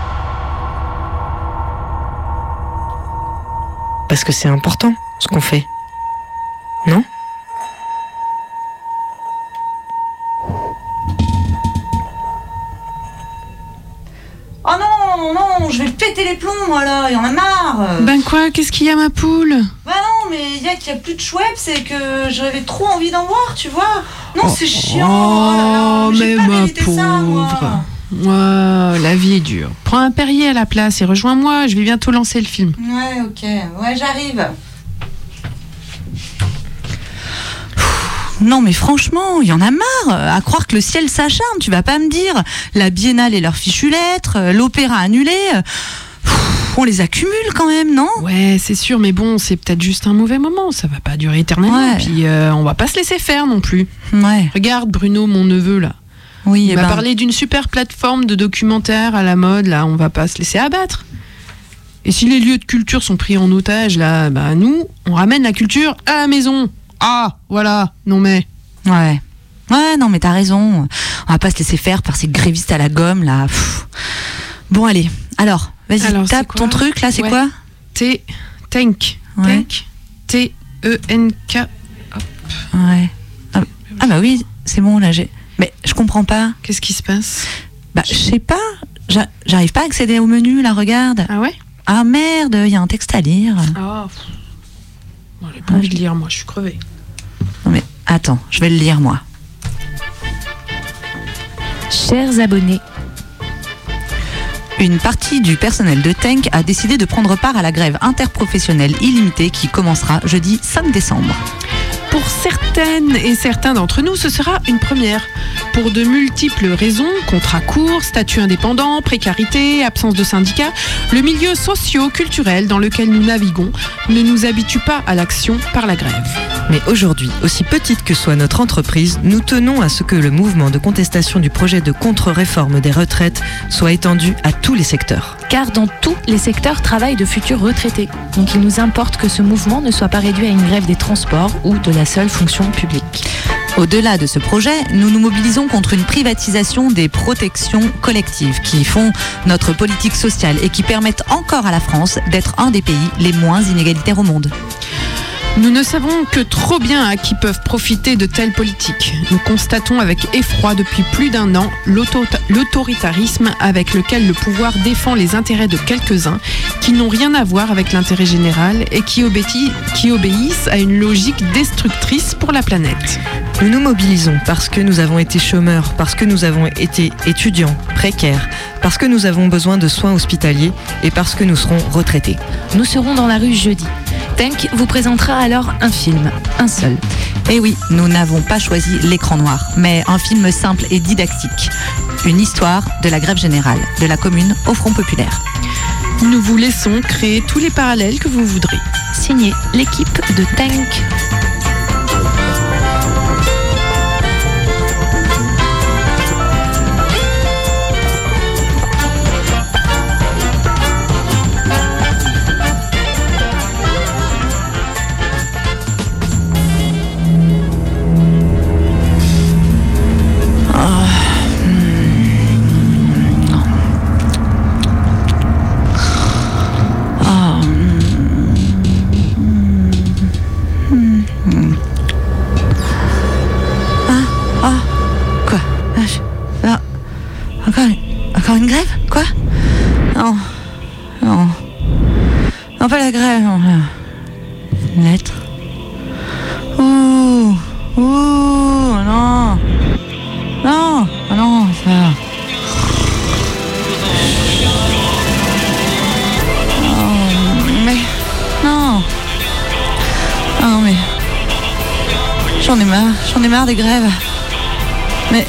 Parce que c'est important, ce qu'on fait. Non ? Oh non, non, je vais péter les plombs, moi, là, il y en a marre. Ben quoi, qu'est-ce qu'il y a, ma poule ? Bah non, mais il y a qu'il n'y a plus de Schweppes, c'est que j'avais trop envie d'en boire, tu vois. Non, c'est chiant. Oh, oh là là, mais j'ai pas ma mérité pauvre. ça, moi. Ouais, la vie est dure. Prends un Perrier à la place et rejoins-moi, je vais bientôt lancer le film. Ouais, ok, ouais, j'arrive. Non mais franchement, il y en a marre. À croire que le ciel s'acharne, tu vas pas me dire. La Biennale et leur fichue lettre, l'opéra annulé. Pff, on les accumule quand même, non ? Ouais, c'est sûr, mais bon, c'est peut-être juste un mauvais moment. Ça va pas durer éternellement. Ouais. Puis euh, on va pas se laisser faire non plus. Ouais. Regarde Bruno, mon neveu là. Oui, il eh m'a ben... parlé d'une super plateforme de documentaires à la mode. Là, on va pas se laisser abattre. Et si les lieux de culture sont pris en otage, là, bah nous, on ramène la culture à la maison. Ah, voilà, non mais... Ouais, ouais, non mais t'as raison. On va pas se laisser faire par ces grévistes à la gomme, là. Pff. Bon, allez, alors, vas-y, alors, tape ton truc, là, c'est ouais. quoi ? T, Tenk. Ouais. Tenk. T E N K. Hop. Ouais. Ah, ah bah oui, c'est bon, là, j'ai... Mais je comprends pas. Qu'est-ce qui se passe ? Bah, je sais pas, J'a... j'arrive pas à accéder au menu, là, regarde. Ah ouais ? Ah merde, il y a un texte à lire. Oh. Bon, j'ai pas envie de lire, moi, je suis crevée. Non mais attends, je vais le lire moi. Chers abonnés, une partie du personnel de Tenk a décidé de prendre part à la grève interprofessionnelle illimitée qui commencera jeudi cinq décembre. Pour certaines et certains d'entre nous, ce sera une première. Pour de multiples raisons, contrats courts, statut indépendant, précarité, absence de syndicats, le milieu socio-culturel dans lequel nous naviguons ne nous habitue pas à l'action par la grève. Mais aujourd'hui, aussi petite que soit notre entreprise, nous tenons à ce que le mouvement de contestation du projet de contre-réforme des retraites soit étendu à tous les secteurs. car dans tous les secteurs travaillent de futurs retraités. Donc il nous importe que ce mouvement ne soit pas réduit à une grève des transports ou de la seule fonction publique. Au-delà de ce projet, nous nous mobilisons contre une privatisation des protections collectives qui font notre politique sociale et qui permettent encore à la France d'être un des pays les moins inégalitaires au monde. Nous ne savons que trop bien à qui peuvent profiter de telles politiques. Nous constatons avec effroi depuis plus d'un an l'auto- l'autoritarisme avec lequel le pouvoir défend les intérêts de quelques-uns qui n'ont rien à voir avec l'intérêt général et qui, obéti- qui obéissent à une logique destructrice pour la planète. Nous nous mobilisons parce que nous avons été chômeurs, parce que nous avons été étudiants, précaires, parce que nous avons besoin de soins hospitaliers et parce que nous serons retraités. Nous serons dans la rue jeudi. Tenk vous présentera alors un film, un seul. Et oui, nous n'avons pas choisi l'écran noir, mais un film simple et didactique. Une histoire de la grève générale, de la commune au Front populaire. Nous vous laissons créer tous les parallèles que vous voudrez. Signé l'équipe de Tank. Encore une grève? Quoi? Non. Non. Non, pas la grève, non. Une lettre. Ouh. Ouh. Non. Non. Ah non, ça. Oh, mais. Non. Ah non, mais. J'en ai marre. J'en ai marre des grèves. Mais.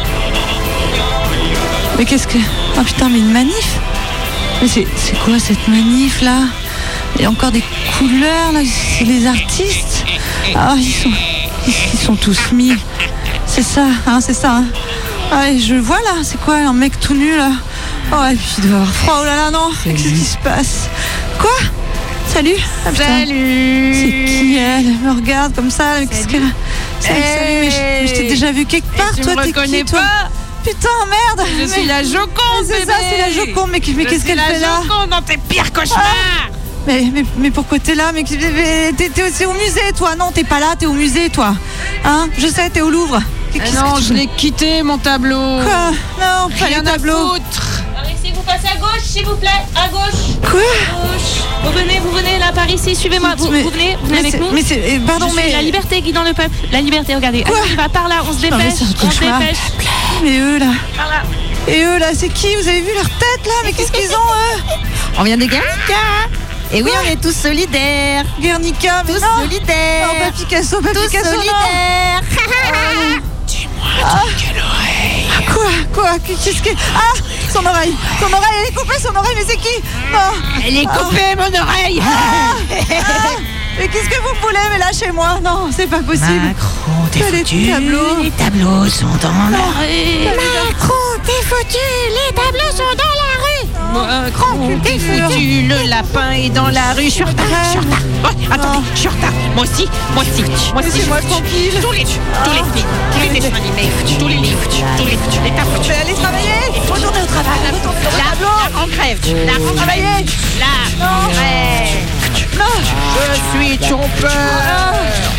Mais qu'est-ce que... Oh putain, mais une manif? Mais c'est, c'est quoi cette manif là? Il y a encore des couleurs là, c'est les artistes. Ah, ils sont, ils sont tous mis. C'est ça, hein, c'est ça. Hein. Ah, et je vois là, c'est quoi, un mec tout nu là? Oh, et puis il doit avoir froid, oh là là, non. Qu'est-ce qui se passe? Quoi? Salut. Ah, Salut. C'est qui elle? Elle me regarde comme ça. Mais qu'est-ce qu'elle... Salut, salut, mais je, mais je t'ai déjà vu quelque part. Et toi, tu me t'es reconnais qui, toi? pas? Putain, merde! Je mais... suis la Joconde, C'est bébé. ça, c'est la Joconde, mais, mais qu'est-ce qu'elle fait là? Je suis la Joconde dans tes pires cauchemars. Ah, mais, mais, mais pourquoi t'es là? Mais, mais t'es, t'es aussi au musée, toi? Non, t'es pas là, t'es au musée, toi. Hein? Je sais, t'es au Louvre. Ah non, je l'ai quitté, mon tableau. Quoi? Non, pas Rien le tableau. à foutre. Par ici, vous passez à gauche, s'il vous plaît. À gauche. Quoi? À gauche. Vous venez, vous venez là par ici, suivez-moi. Vous, Mais- vous venez, vous venez mais avec c'est- nous. mais c'est- eh, pardon, Je suis mais- la liberté guidant le peuple. La liberté, regardez. Quoi? Allez, on va par là, on se Non, mais dépêche. c'est un On se cauchemar. dépêche. Mais eux là. Par là. Et eux là, c'est qui? Vous avez vu leur tête là? Mais qu'est-ce qu'ils ont eux? On vient de Guernica. Et oui, Quoi? on est tous solidaires. Guernica, mais Tous non. solidaires. Non, pas Picasso, pas Tous Picasso, non. solidaires. Ah. Quoi? Quoi? Qu'est-ce que... Ah! Son oreille! Son oreille, elle est coupée, son oreille, mais c'est qui? Non! Elle est coupée, mon oreille. Ah. Ah. Mais qu'est-ce que vous voulez? Mais lâchez-moi! Non, c'est pas possible! Macron, t'es T'as des foutu. tableaux. Les tableaux sont dans la rue. Macron, t'es foutu. Les tableaux sont dans la rue. Macron, t'es foutu. Le lapin est dans la rue. Je suis en retard. Je suis en retard. Oh, attendez, je suis en retard. Moi aussi, moi aussi, moi aussi. Laissez-moi tranquille! Tous les, tous les films, tous les dessins animés, tous les livres, tous les, les tableaux. Je vais aller travailler! Retournez au travail. Retournez au Là, tableau. là, en grève. Là, en Travailler. grève. Là, en Non. grève. Non! Je suis ton père.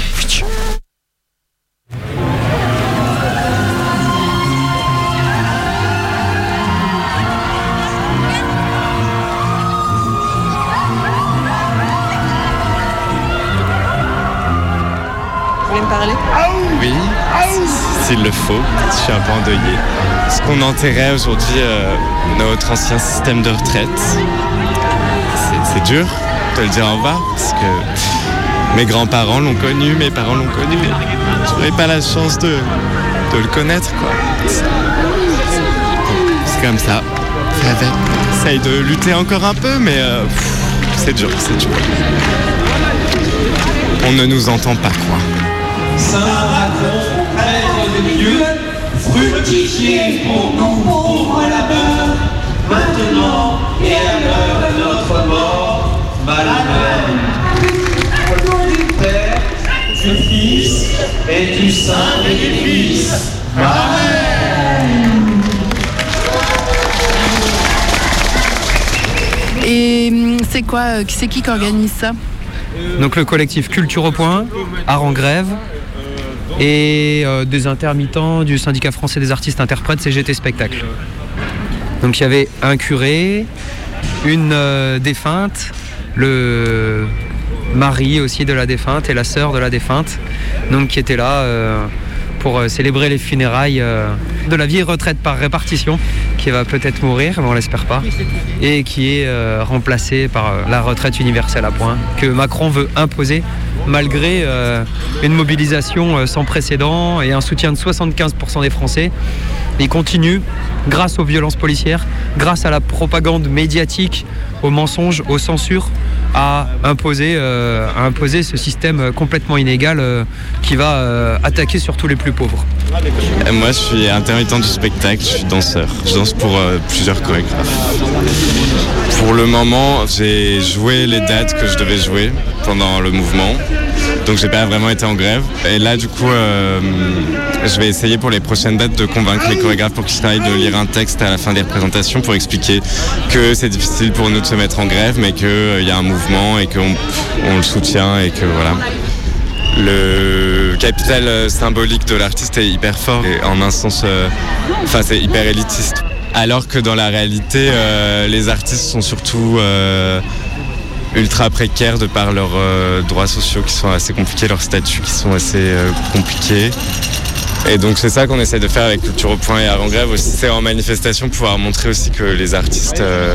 Vous voulez me parler? Oui, s'il le faut, je suis un peu endeuillé. Parce qu'on enterrait aujourd'hui euh, notre ancien système de retraite. C'est, c'est dur de le dire au revoir, parce que mes grands-parents l'ont connu, mes parents l'ont connu, mais j'aurais pas la chance de, de le connaître, quoi. C'est, c'est comme ça. Fais avec. J'essaye de lutter encore un peu, mais euh, pff, c'est dur, c'est dur. On ne nous entend pas, quoi. Saint-Macron, prêtre de Dieu, fructifiez pour nous pauvres labeurs, maintenant et à l'heure de notre mort, Amen. Au nom du Père, du Fils et du Saint-Bénéfice. Amen. Et hum, c'est quoi, euh, c'est qui qui organise ça? Donc le collectif Culture au Point, Art en Grève, et euh, des intermittents du syndicat français des artistes interprètes C G T Spectacle. Donc il y avait un curé, une euh, défunte, le mari aussi de la défunte et la sœur de la défunte, donc qui étaient là euh, pour euh, célébrer les funérailles euh, de la vieille retraite par répartition, qui va peut-être mourir, mais on l'espère pas, et qui est euh, remplacée par euh, la retraite universelle à points, que Macron veut imposer malgré euh, une mobilisation sans précédent et un soutien de soixante-quinze pour cent des Français. Ils continuent, grâce aux violences policières, grâce à la propagande médiatique, aux mensonges, aux censures, à imposer, euh, à imposer ce système complètement inégal euh, qui va euh, attaquer surtout les plus pauvres. Moi, je suis intermittent du spectacle, je suis danseur. Je danse pour euh, plusieurs chorégraphes. Pour le moment, j'ai joué les dates que je devais jouer pendant le mouvement. Donc j'ai pas vraiment été en grève. Et là du coup euh, je vais essayer pour les prochaines dates de convaincre les chorégraphes pour qu'ils travaillent de lire un texte à la fin des représentations pour expliquer que c'est difficile pour nous de se mettre en grève mais qu'il euh, y a un mouvement et qu'on on le soutient et que voilà. Le capital symbolique de l'artiste est hyper fort et en un sens, enfin euh, c'est hyper élitiste. Alors que dans la réalité, euh, les artistes sont surtout euh, ultra précaires de par leurs euh, droits sociaux qui sont assez compliqués, leurs statuts qui sont assez euh, compliqués. Et donc c'est ça qu'on essaie de faire avec Culture au Point et Art en Grève aussi, c'est en manifestation pouvoir montrer aussi que les artistes euh,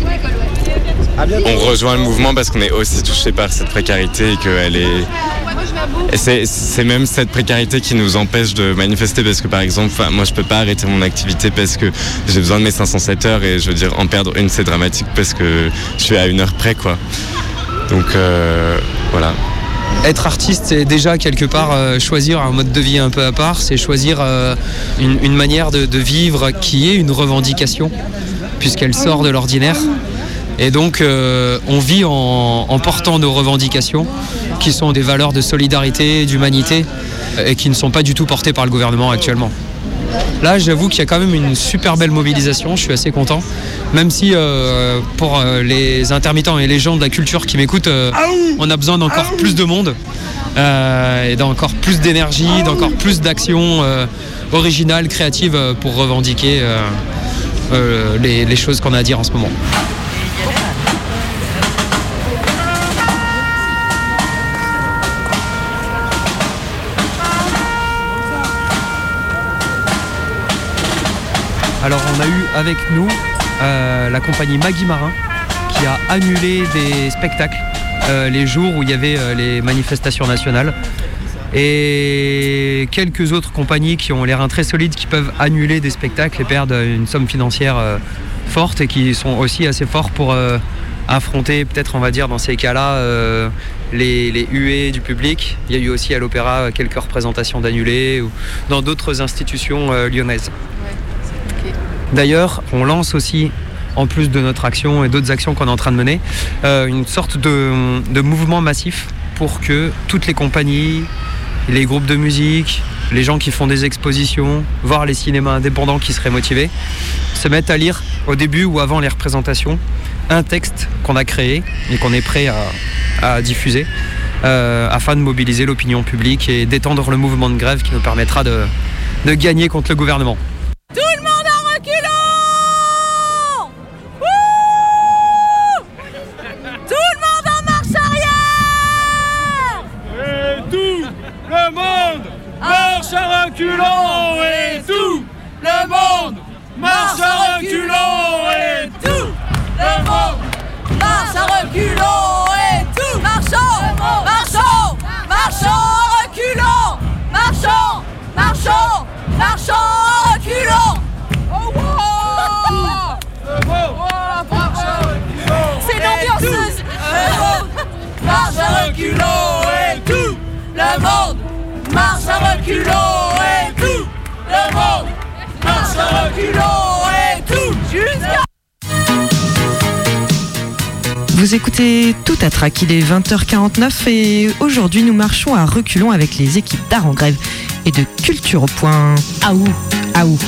on rejoint le mouvement parce qu'on est aussi touché par cette précarité et qu'elle est... Et c'est, c'est même cette précarité qui nous empêche de manifester parce que par exemple, moi je peux pas arrêter mon activité parce que j'ai besoin de mes cinq cent sept heures et je veux dire en perdre une c'est dramatique parce que je suis à une heure près quoi. Donc euh, voilà. Être artiste, c'est déjà quelque part euh, choisir un mode de vie un peu à part, c'est choisir euh, une, une manière de, de vivre qui est une revendication puisqu'elle sort de l'ordinaire. Et donc euh, on vit en, en portant nos revendications qui sont des valeurs de solidarité, d'humanité et qui ne sont pas du tout portées par le gouvernement actuellement. Là j'avoue qu'il y a quand même une super belle mobilisation, je suis assez content. Même si euh, pour euh, les intermittents et les gens de la culture qui m'écoutent, euh, on a besoin d'encore plus de monde euh, et d'encore plus d'énergie, d'encore plus d'actions euh, originales, créatives pour revendiquer euh, euh, les, les choses qu'on a à dire en ce moment. Alors on a eu avec nous euh, la compagnie Maggie Marin qui a annulé des spectacles euh, les jours où il y avait euh, les manifestations nationales et quelques autres compagnies qui ont les reins très solides qui peuvent annuler des spectacles et perdre une somme financière euh, forte et qui sont aussi assez forts pour euh, affronter peut-être on va dire dans ces cas-là euh, les, les huées du public. Il y a eu aussi à l'Opéra quelques représentations d'annulés ou dans d'autres institutions euh, lyonnaises. D'ailleurs, on lance aussi, en plus de notre action et d'autres actions qu'on est en train de mener, euh, une sorte de, de mouvement massif pour que toutes les compagnies, les groupes de musique, les gens qui font des expositions, voire les cinémas indépendants qui seraient motivés, se mettent à lire au début ou avant les représentations un texte qu'on a créé et qu'on est prêt à, à diffuser euh, afin de mobiliser l'opinion publique et d'étendre le mouvement de grève qui nous permettra de, de gagner contre le gouvernement. Tout le monde en reculant! Tout le monde en marche arrière! Et tout le monde marche à reculons! Et tout le monde marche à reculons! Et tout le monde marche à reculons! Et tout marchons! Marchons! Marchons à reculons! Marchons! Marchons! Marchons! Reculons! Oh, wow! C'est l'ambianceuse! Marche à reculons et tout le monde! Marche à reculons et tout le monde! Marche à reculons et tout jusqu'à... Vous écoutez Tout à Trac, il est vingt heures quarante-neuf et aujourd'hui nous marchons à reculons avec les équipes d'Art en Grève et de Culture au Point. Aou, aou.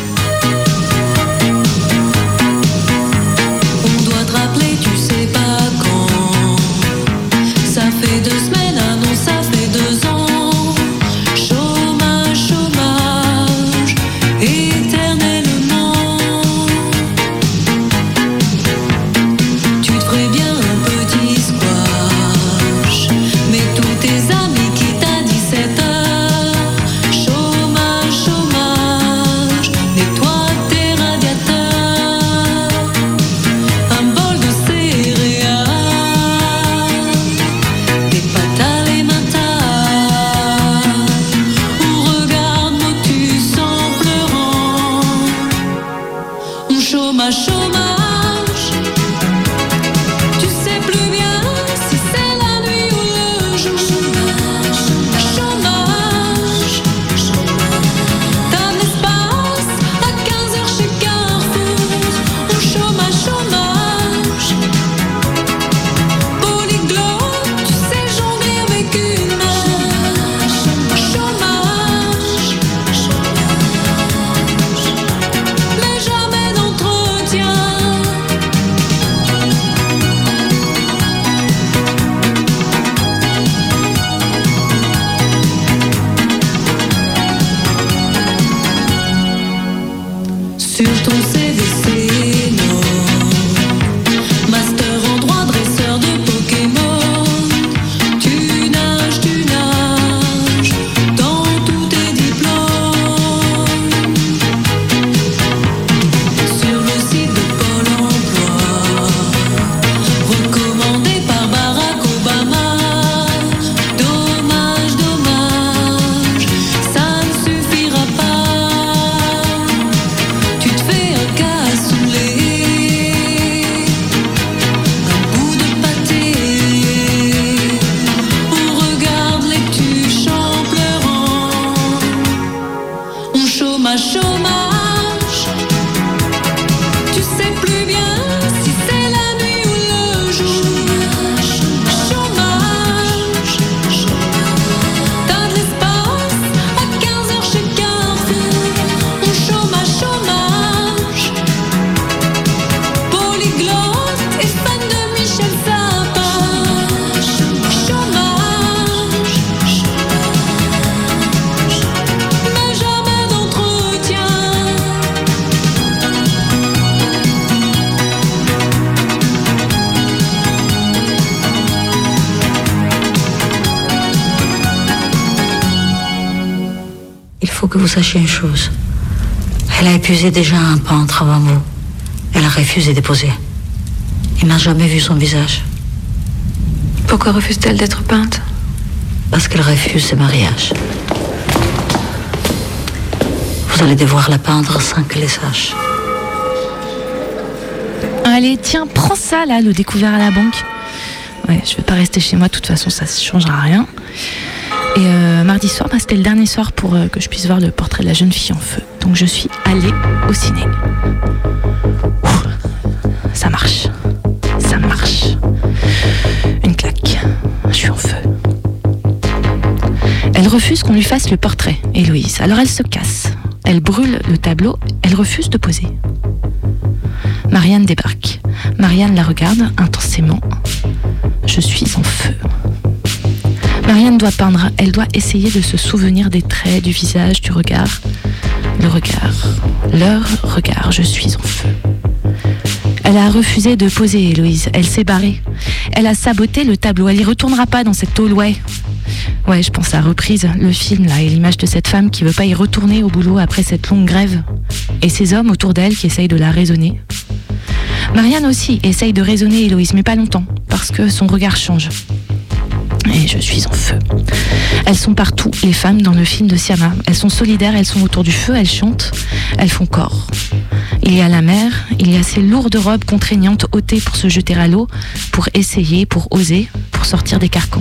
On doit te rappeler, tu sais pas quand. Ça fait deux semaines, ah non, ça fait deux ans. Chômage, chômage, éternellement. Tu te ferais bien un petit squash, mais tous tes amis quittent à dix-sept heures. Chômage, chômage, mais sais plus bien si c'est la nuit ou le jour. Chômage, t'as de l'espace à quinze heures chez Carrefour. Ou chômage, chômage, polyglotte et fan de Michel Sapin. Chômage, mais jamais d'entretien. Il faut que vous sachiez une chose. Elle a épuisé déjà un peintre avant vous. Elle a refusé de poser. Il n'a jamais vu son visage. Pourquoi refuse-t-elle d'être peinte? Parce qu'elle refuse ce mariage. Vous allez devoir la peindre sans qu'elle le sache. Allez, tiens, prends ça là, le découvert à la banque. Ouais, je vais pas rester chez moi, de toute façon ça ne changera rien. Et euh, mardi soir, bah, c'était le dernier soir pour euh, que je puisse voir le portrait de la jeune fille en feu. Donc je suis allée au ciné. Ouh, ça marche. Ça marche. Une claque. Je suis en feu. Elle refuse qu'on lui fasse le portrait, Héloïse. Alors elle se casse. Elle brûle le tableau. Elle refuse de poser. Marianne débarque. Marianne la regarde intensément. Je suis en feu. Marianne doit peindre, elle doit essayer de se souvenir des traits, du visage, du regard. Le regard, leur regard, je suis en feu. Elle a refusé de poser, Héloïse, elle s'est barrée. Elle a saboté le tableau, elle y retournera pas dans cette tôle, ouais. Ouais, je pense à Reprise, le film là, et l'image de cette femme qui veut pas y retourner au boulot après cette longue grève. Et ces hommes autour d'elle qui essayent de la raisonner. Marianne aussi essaye de raisonner Héloïse, mais pas longtemps, parce que son regard change. Et je suis en feu. Elles sont partout, les femmes, dans le film de Siama. Elles sont solidaires, elles sont autour du feu, elles chantent, elles font corps. Il y a la mer, il y a ces lourdes robes contraignantes ôtées pour se jeter à l'eau, pour essayer, pour oser, pour sortir des carcans.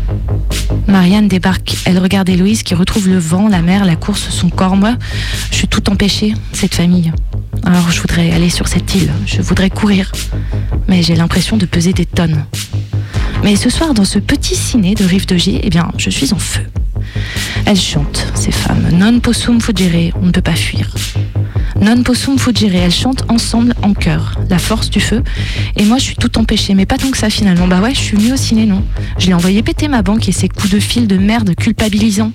Marianne débarque, elle regarde Héloïse qui retrouve le vent, la mer, la course, son corps. Moi, je suis tout empêchée, cette famille. Alors je voudrais aller sur cette île, je voudrais courir, mais j'ai l'impression de peser des tonnes. Mais ce soir, dans ce petit ciné de Rive de Gier, eh bien, je suis en feu. Elles chantent, ces femmes. Non possum fuggire, on ne peut pas fuir. Non possum fuggire, elles chantent ensemble en chœur, la force du feu. Et moi, je suis tout empêchée, mais pas tant que ça finalement. Bah ouais, je suis venue au ciné, non. Je l'ai envoyé péter ma banque et ses coups de fil de merde culpabilisants.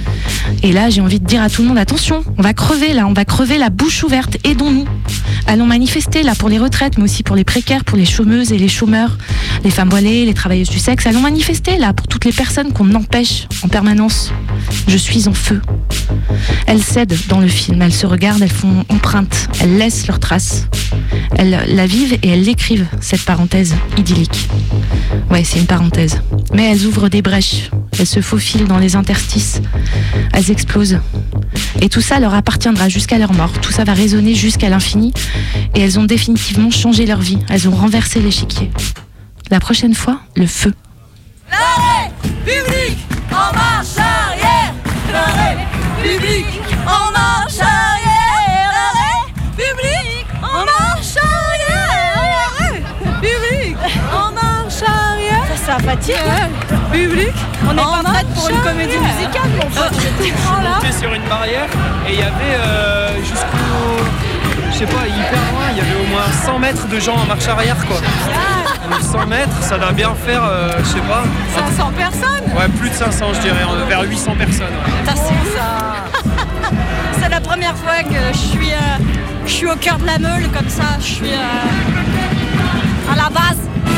Et là, j'ai envie de dire à tout le monde, attention, on va crever là, on va crever la bouche ouverte, aidons-nous. Allons manifester là pour les retraites, mais aussi pour les précaires, pour les chômeuses et les chômeurs, les femmes voilées, les travailleuses du sexe. Allons manifester là pour toutes les personnes qu'on empêche en permanence. Je suis en feu. Elles cèdent dans le film, elles se regardent, elles font empreinte, elles laissent leurs traces. Elles la vivent et elles l'écrivent, cette parenthèse idyllique. Ouais, c'est une parenthèse. Mais elles ouvrent des brèches, elles se faufilent dans les interstices, elles explosent. Et tout ça leur appartiendra jusqu'à leur mort. Tout ça va résonner jusqu'à l'infini. Et elles ont définitivement changé leur vie. Elles ont renversé l'échiquier. La prochaine fois, le feu. L'arrêt public en marche arrière. L'arrêt public en marche arrière. L'arrêt public en marche arrière. L'arrêt public en marche arrière. Ça, ça fatigue. Public. On n'est pas prête pour une comédie musicale, mon pote. Je suis monté sur une barrière et il y avait euh, jusqu'au, je sais pas, hyper loin, il y avait au moins cent mètres de gens en marche arrière, quoi. Donc cent mètres, ça doit bien faire, euh, je sais pas. cinq cents personnes. Ouais, plus de cinq cents, je dirais, vers huit cents personnes. Ouais. Ça, c'est ça. C'est la première fois que je suis, euh, je suis au cœur de la Meule, comme ça. Je suis euh, à la base.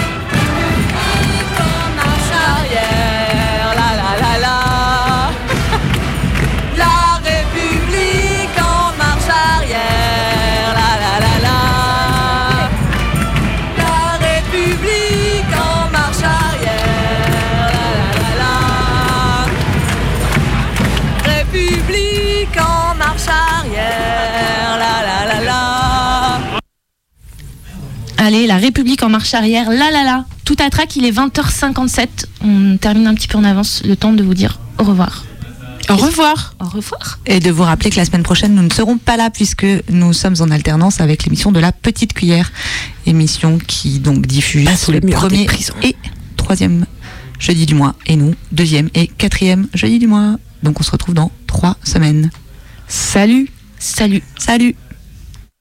Arrière, la la la la. La République en marche arrière, la la la la. La République en marche arrière, la la la la. République en marche arrière, la la la la. Allez, la République en marche arrière, là là là. Tout à trac, il est vingt heures cinquante-sept. On termine un petit peu en avance, le temps de vous dire au revoir. Au revoir. Au revoir. Et de vous rappeler que la semaine prochaine, nous ne serons pas là puisque nous sommes en alternance avec l'émission de La Petite Cuillère. Émission qui donc diffuse Passe tous les le mur des premiers prisons. et troisième jeudi du mois. Et nous, deuxième et quatrième jeudi du mois. Donc on se retrouve dans trois semaines. Salut. Salut. Salut.